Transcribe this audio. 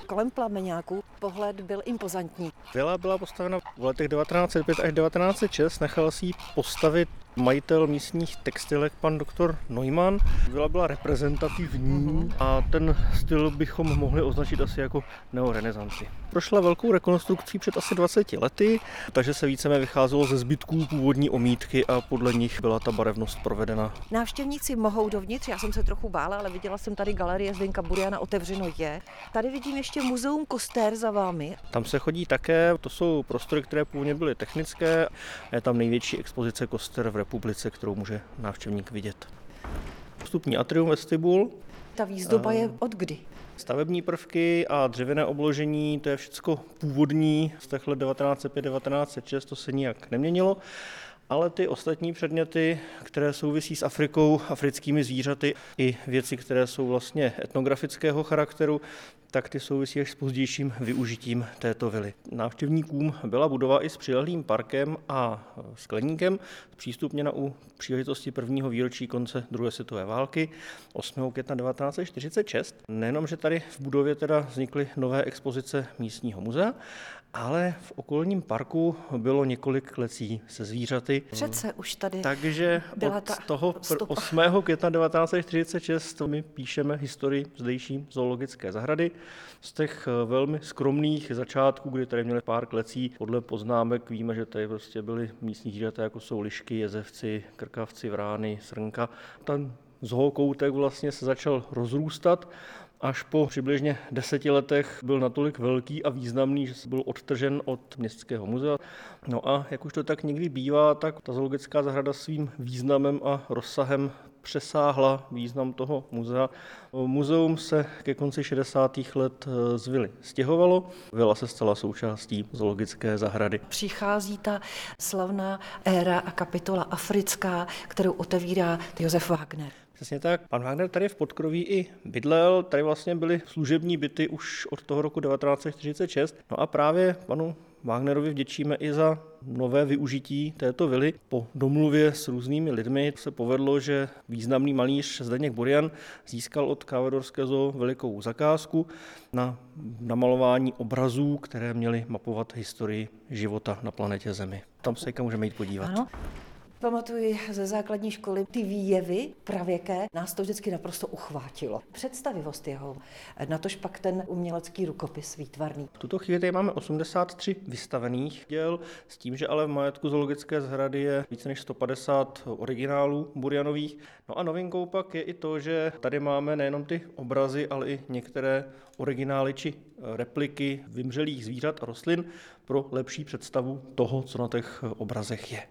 kolem plameňáků. Pohled byl impozantní. Vila byla postavena v letech 1905 až 1906, nechal si ji postavit majitel místních textilek, pan doktor Neumann. Vila byla reprezentativní a ten styl bychom mohli označit asi jako neorenesanci. Prošla velkou rekonstrukcí před asi 20 lety, takže se víceméně vycházelo ze zbytků původní omítky a podle nich byla ta barevnost provedena. Návštěvníci mohou dovnitř, já jsem se trochu bála, ale viděla jsem tady galerie Zdeňka Buriana, otevřeno je. Tady vidím ještě muzeum Koster za vámi. Tam se chodí také, to jsou prostory, které původně byly technické. Je tam největší expozice koster v republice, kterou může návštěvník vidět. Vstupní atrium, vestibul. Ta výzdoba je od kdy? Stavební prvky a dřevěné obložení, to je všechno původní z těch let 1905-1906, to se nijak neměnilo. Ale ty ostatní předměty, které souvisí s Afrikou, africkými zvířaty i věci, které jsou vlastně etnografického charakteru, tak ty souvisí až s pozdějším využitím této vily. Návštěvníkům byla budova i s přilehlým parkem a skleníkem zpřístupněna u příležitosti prvního výročí konce druhé světové války 8. května 1946. Nejenom, že tady v budově teda vznikly nové expozice místního muzea, ale v okolním parku bylo několik klecí se zvířaty. Přece už tady Takže byla od ta toho stopa. 8. května 1946 my píšeme historii zdejší zoologické zahrady. Z těch velmi skromných začátků, kdy tady měli pár klecí, podle poznámek víme, že tady prostě byly místní zvířata, jako jsou lišky, jezevci, krkavci, vrány, srnka. Ten zookoutek vlastně se začal rozrůstat. Až po přibližně 10 letech byl natolik velký a významný, že se byl odtržen od městského muzea. No a jak už to tak někdy bývá, tak ta zoologická zahrada svým významem a rozsahem přesáhla význam toho muzea. Muzeum se ke konci 60. let z vily stěhovalo. Vila se stala součástí zoologické zahrady. Přichází ta slavná éra a kapitola africká, kterou otevírá Josef Wagner. Přesně tak. Pan Wagner tady v Podkroví i bydlel, tady vlastně byly služební byty už od toho roku 1946. No a právě panu Wagnerovi vděčíme i za nové využití této vily. Po domluvě s různými lidmi se povedlo, že významný malíř Zdeněk Burian získal od Kavadarské zoo velikou zakázku na namalování obrazů, které měly mapovat historii života na planetě Zemi. Tam se můžeme jít podívat. Ano. Pamatuji ze základní školy ty výjevy pravěké, nás to vždycky naprosto uchvátilo. Představivost jeho, natož pak ten umělecký rukopis výtvarný. V tuto chvíli tady máme 83 vystavených děl, s tím, že ale v majetku zoologické zahrady je více než 150 originálů Burianových. No a novinkou pak je i to, že tady máme nejenom ty obrazy, ale i některé originály či repliky vymřelých zvířat a rostlin pro lepší představu toho, co na těch obrazech je.